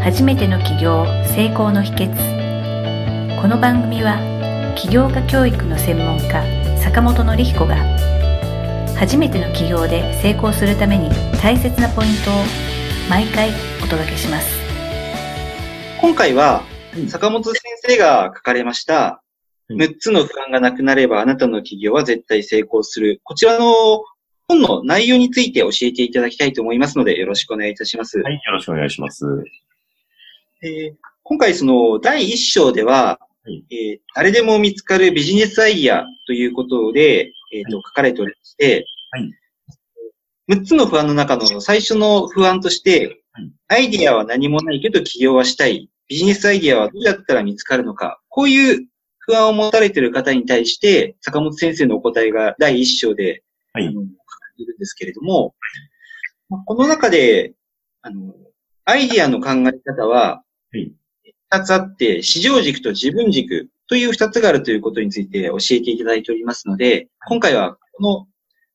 初めての起業成功の秘訣。この番組は起業家教育の専門家坂本典彦が初めての起業で成功するために大切なポイントを毎回お届けします。 今回は坂本先生が書かれました6つの不安がなくなればあなたの起業は絶対成功する、こちらの本の内容について教えていただきたいと思いますのでよろしくお願いいたします。 はい、よろしくお願いします。 今回その第1章では、誰でも見つかるビジネスアイディアということで、書かれておりまして、6つの不安の中の最初の不安として、アイディアは何もないけど起業はしたい。ビジネスアイディアはどうやったら見つかるのか。こういう不安を持たれている方に対して、坂本先生のお答えが第1章で、書かれているんですけれども、この中で、アイディアの考え方は、2つあって、市場軸と自分軸という2つがあるということについて教えていただいておりますので、今回はこの、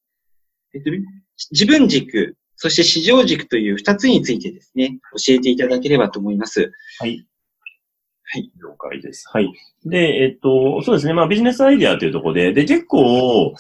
自分軸、そして市場軸という2つについてですね、教えていただければと思います。 はい。はい。了解です。はい。で、そうですね。まあビジネスアイデアというところで、結構、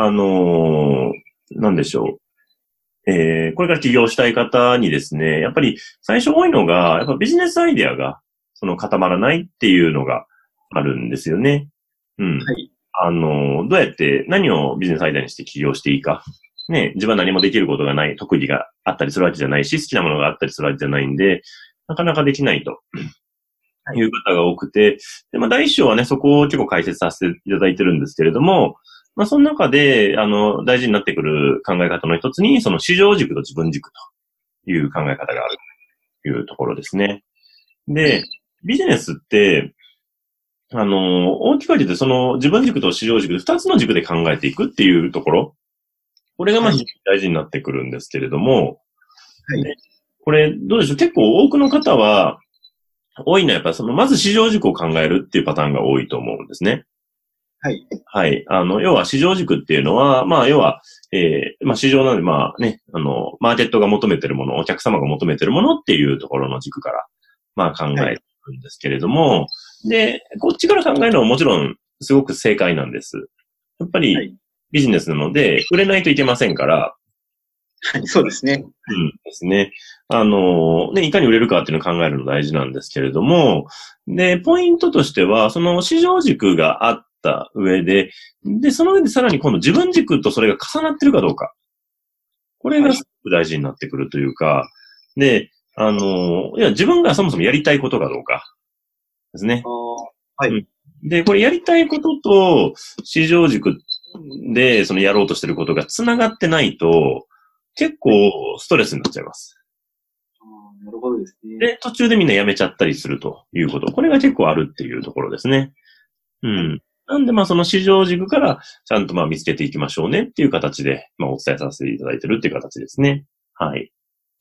なんでしょう。これから起業したい方にですね、やっぱり最初多いのが、やっぱビジネスアイデアが、固まらないっていうのがあるんですよね。うん。はい。どうやって何をビジネスアイデアにして起業していいか。ね、自分は何もできることがない、特技があったりするわけじゃないし、好きなものがあったりするわけじゃないんで、なかなかできないという方が多くて、で、まあ第一章はね、そこを結構解説させていただいてるんですけれども、まあその中で、大事になってくる考え方の一つに、その市場軸と自分軸という考え方があるというところですね。で、ビジネスって、大きく言ってその自分軸と市場軸で二つの軸で考えていくっていうところ。これがまあ非常に大事になってくるんですけれども、ね、これどうでしょう、結構多くの方は、多いのはやっぱまず市場軸を考えるっていうパターンが多いと思うんですね。 はい。 はい。要は市場軸っていうのは、まあ要は、まあ市場なのでまあね、マーケットが求めてるもの、お客様が求めてるものっていうところの軸から、まあ考えるんですけれども、で、こっちから考えるのはもちろんすごく正解なんです。やっぱりビジネスなので、売れないといけませんから、 はい、そうですね。 うんですね。ね、いかに売れるかっていうのを考えるの大事なんですけれども、で、ポイントとしては、その市場軸があった上で、その上でさらに今度自分軸とそれが重なってるかどうか。これがすごく大事になってくるというか、で、いや、自分がそもそもやりたいことかどうか。ですね。 はい。 うん。で、これやりたいことと市場軸でやろうとしてることが繋がってないと、結構ストレスになっちゃいます。 なるほどですね。 で、途中でみんな辞めちゃったりするということ。これが結構あるっていうところですね。うん。なんでまあその市場軸からちゃんとまあ見つけていきましょうねっていう形で、まあお伝えさせていただいてるっていう形ですね。はい。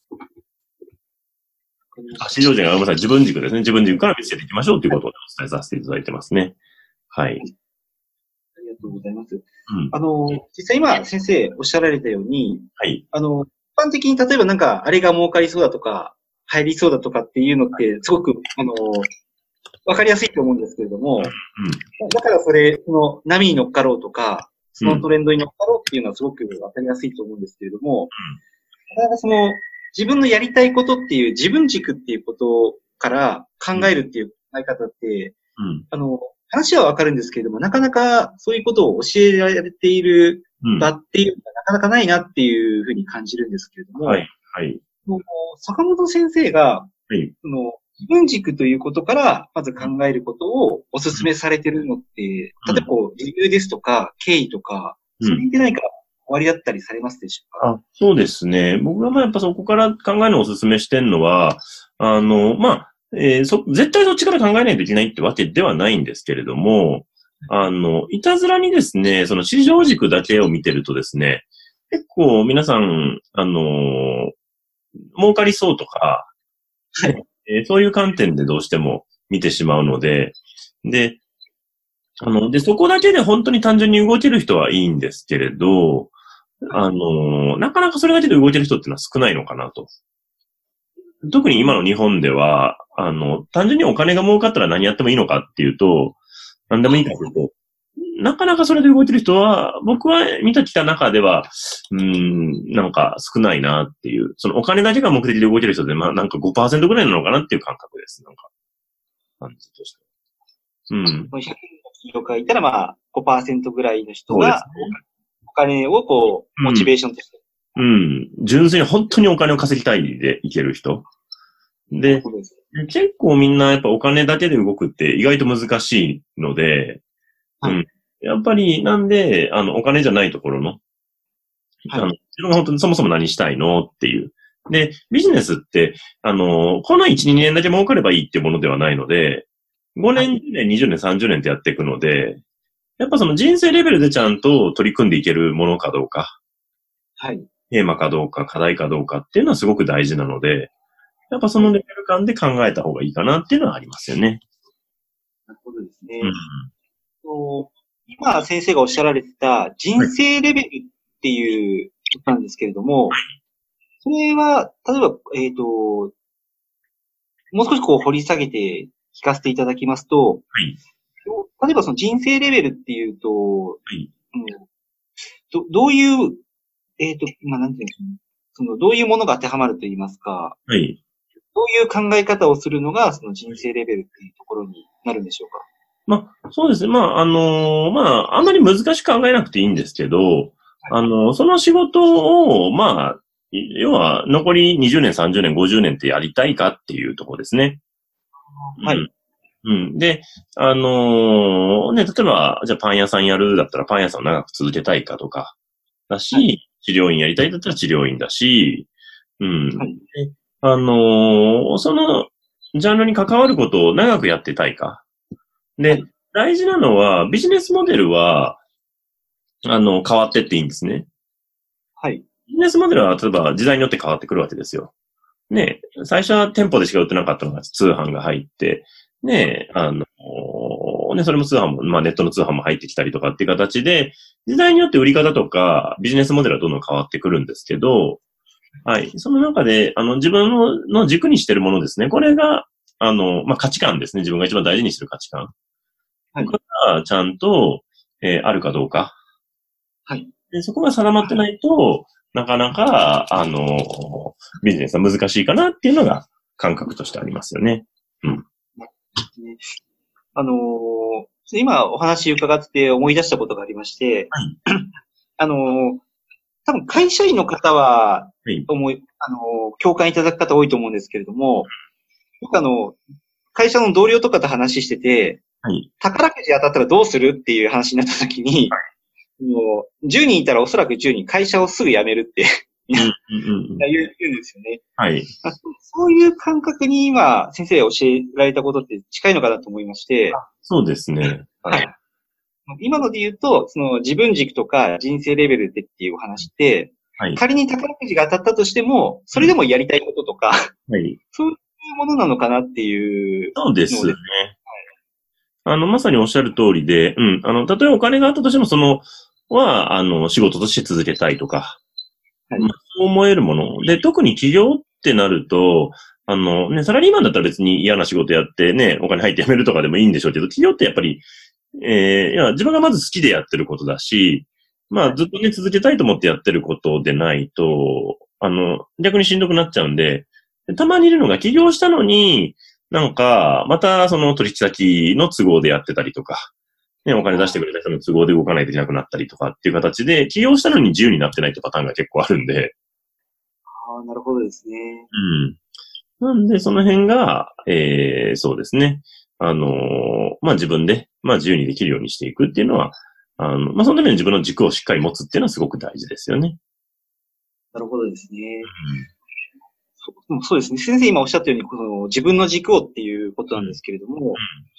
市場軸がごめんなさい、自分軸ですね。自分軸から見つけていきましょうということをお伝えさせていただいてますね。はい。 ありがとうございます。実際今先生おっしゃられたように、 はい。 一般的に例えばなんかあれが儲かりそうだとか、入りそうだとかっていうのって、すごく、わかりやすいと思うんですけれども、だからその波に乗っかろうとか、そのトレンドに乗っかろうっていうのはすごくわかりやすいと思うんですけれども、なかなか自分のやりたいことっていう自分軸っていうことから考えるっていう考え方って、話はわかるんですけれども、なかなかそういうことを教えられている場っていうのがなかなかないなっていうふうに感じるんですけれども、 はい。はい。 坂本先生が、 はい。 自分軸ということからまず考えることをお勧めされているのって、例えば理由ですとか経緯とか、それで何か終わりだったりされますでしょうか？ そうですね。僕がまあやっぱそこから考えるのをお勧めしてるのは、まあ、絶対そっちから考えないといけないってわけではないんですけれども、いたずらにですね、その市場軸だけを見てるとですね、結構皆さん、儲かりそうとか、 はい。 そういう観点でどうしても見てしまうので、で、そこだけで本当に単純に動ける人はいいんですけれど、なかなかそれだけで動いてる人っていうのは少ないのかなと。 特に今の日本では、単純にお金が儲かったら何やってもいいのかっていうと、何でもいいかというと、なかなかそれで動いてる人は、僕は見てきた中では、なんか少ないなっていう、そのお金だけが目的で動いてる人で、まあなんか 5% ぐらいなのかなっていう感覚です。なんか、感じとして。 100人の企業家いたら、まあ 5% ぐらいの人が、お金をこう、モチベーションとして。 純粋に本当にお金を稼ぎたいでいける人。で、結構みんなやっぱお金だけで動くって意外と難しいので、やっぱりなんで、お金じゃないところの、自分が本当にそもそも何したいのっていう。で、ビジネスって、この1、2年だけ儲かればいいっていうものではないので、5年、10年、20年、30年ってやっていくので、やっぱその人生レベルでちゃんと取り組んでいけるものかどうか。テーマかどうか、課題かどうかっていうのはすごく大事なので、やっぱそのレベル感で考えた方がいいかなっていうのはありますよね。 なるほどですね。今先生がおっしゃられてた人生レベルっていうことなんですけれども、それは、例えば、もう少しこう掘り下げて聞かせていただきますと、例えばその人生レベルっていうと、どういう、なんていうんですかね、そのどういうものが当てはまると言いますか、どういう考え方をするのがその人生レベルっていうところになるんでしょうか。 まあ、そうですね。まあ、あんまり難しく考えなくていいんですけど、その仕事を、まあ、要は残り20年、30年、50年ってやりたいかっていうところですね。で、例えば、じゃあパン屋さんやるだったらパン屋さんを長く続けたいかとか、だし、治療院やりたいだったら治療院だし、そのジャンルに関わることを長くやってたいか。で、大事なのは、ビジネスモデルは、変わってっていいんですね。ビジネスモデルは、例えば時代によって変わってくるわけですよ。ね、最初は店舗でしか売ってなかったのが通販が入って、ね、それも通販も、まあネットの通販も入ってきたりとかっていう形で、時代によって売り方とかビジネスモデルはどんどん変わってくるんですけど、その中で、自分の軸にしてるものですね。これが、まあ価値観ですね。自分が一番大事にしてる価値観。これがちゃんと、あるかどうか。でそこが定まってないと、なかなか、ビジネスは難しいかなっていうのが感覚としてありますよね。 今お話伺って思い出したことがありまして、多分会社員の方は、共感いただく方多いと思うんですけれども、会社の同僚とかと話してて、宝くじ当たったらどうするっていう話になった時に、10人いたらおそらく10人会社をすぐ辞めるって言うんですよね。そういう感覚に今先生が教えられたことって近いのかなと思いまして。 そうですね。 今ので言うと、その自分軸とか人生レベルでっていうお話って、仮に宝くじが当たったとしても、それでもやりたいこととか、そういうものなのかなっていう。 そうですね。まさにおっしゃる通りで、たとえお金があったとしても、仕事として続けたいとか、そう思えるもの。で、特に起業ってなると、サラリーマンだったら別に嫌な仕事やってね、お金入って辞めるとかでもいいんでしょうけど、起業ってやっぱり、自分がまず好きでやってることだし、まあずっとね、続けたいと思ってやってることでないと、逆にしんどくなっちゃうんで、たまにいるのが起業したのに、なんか、またその取引先の都合でやってたりとか、ね、お金出してくれた人の都合で動かないといけなくなったりとかっていう形で、起業したのに自由になってないってパターンが結構あるんで。 なるほどですね。 なんで、その辺が、そうですね。自分で、自由にできるようにしていくっていうのは、そのために自分の軸をしっかり持つっていうのはすごく大事ですよね。 なるほどですね。そうですね。先生今おっしゃったように、この自分の軸をっていうことなんですけれども、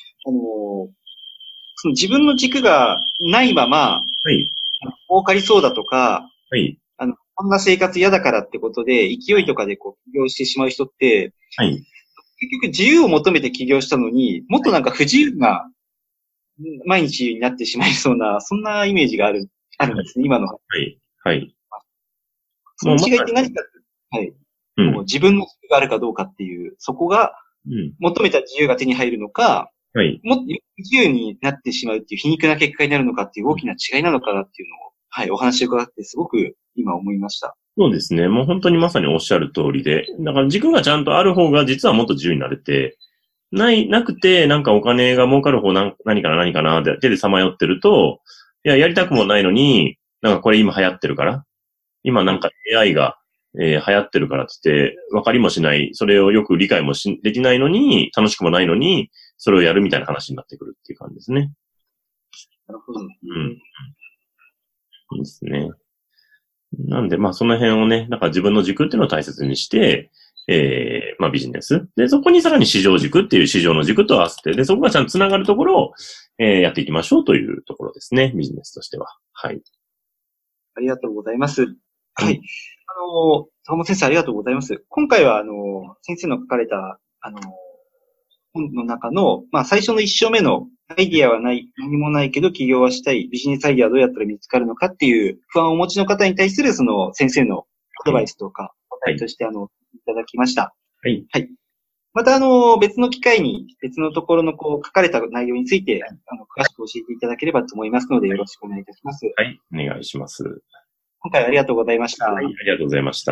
その自分の軸がないまま、儲かりそうだとか、こんな生活嫌だからってことで、勢いとかでこう起業してしまう人って、結局自由を求めて起業したのに、もっとなんか不自由な毎日になってしまいそうな、そんなイメージがあるんですね、今の。その違いって何か、 もう自分の自由があるかどうかっていう、そこが、求めた自由が手に入るのか、もっと自由になってしまうっていう皮肉な結果になるのかっていう大きな違いなのかなっていうのを、お話を伺ってすごく今思いました。 そうですね。もう本当にまさにおっしゃる通りで、だから軸がちゃんとある方が実はもっと自由になれて、なくて、なんかお金が儲かる方何かなって手でさまよってると、やりたくもないのに、なんかこれ今流行ってるから、今なんか AI が、流行ってるからって言って、分かりもしない、それをよく理解もできないのに、楽しくもないのに、それをやるみたいな話になってくるっていう感じですね。 なるほど。いいですね。なんで、その辺をね、なんか自分の軸っていうのを大切にして、ビジネス。で、そこにさらに市場軸っていう市場の軸と合わせて、で、そこがちゃんと繋がるところを、やっていきましょうというところですね。ビジネスとしては。はい。 ありがとうございます。はい。坂本先生ありがとうございます。今回は、先生の書かれた、本の中の、最初の一章目のアイディアはない、何もないけど起業はしたい、ビジネスアイディアはどうやったら見つかるのかっていう不安をお持ちの方に対するその先生のアドバイスとか、答えとしていただきました。 はい。 はい。また別の機会に別のところの書かれた内容について、詳しく教えていただければと思いますのでよろしくお願いいたします。 はい。お願いします。 今回はありがとうございました。 はい。ありがとうございました。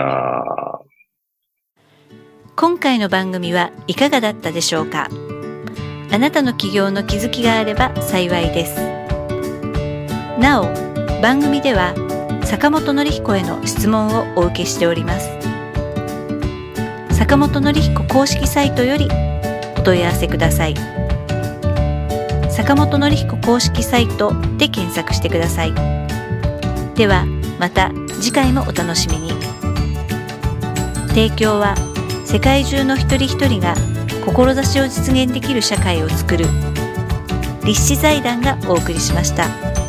今回の番組はいかがだったでしょうか。あなたの起業の気づきがあれば幸いです。なお、番組では坂本典彦への質問をお受けしております。坂本典彦公式サイトよりお問い合わせください。坂本典彦公式サイトで検索してください。ではまた次回もお楽しみに。提供は世界中の一人一人が志を実現できる社会を作る立志財団がお送りしました。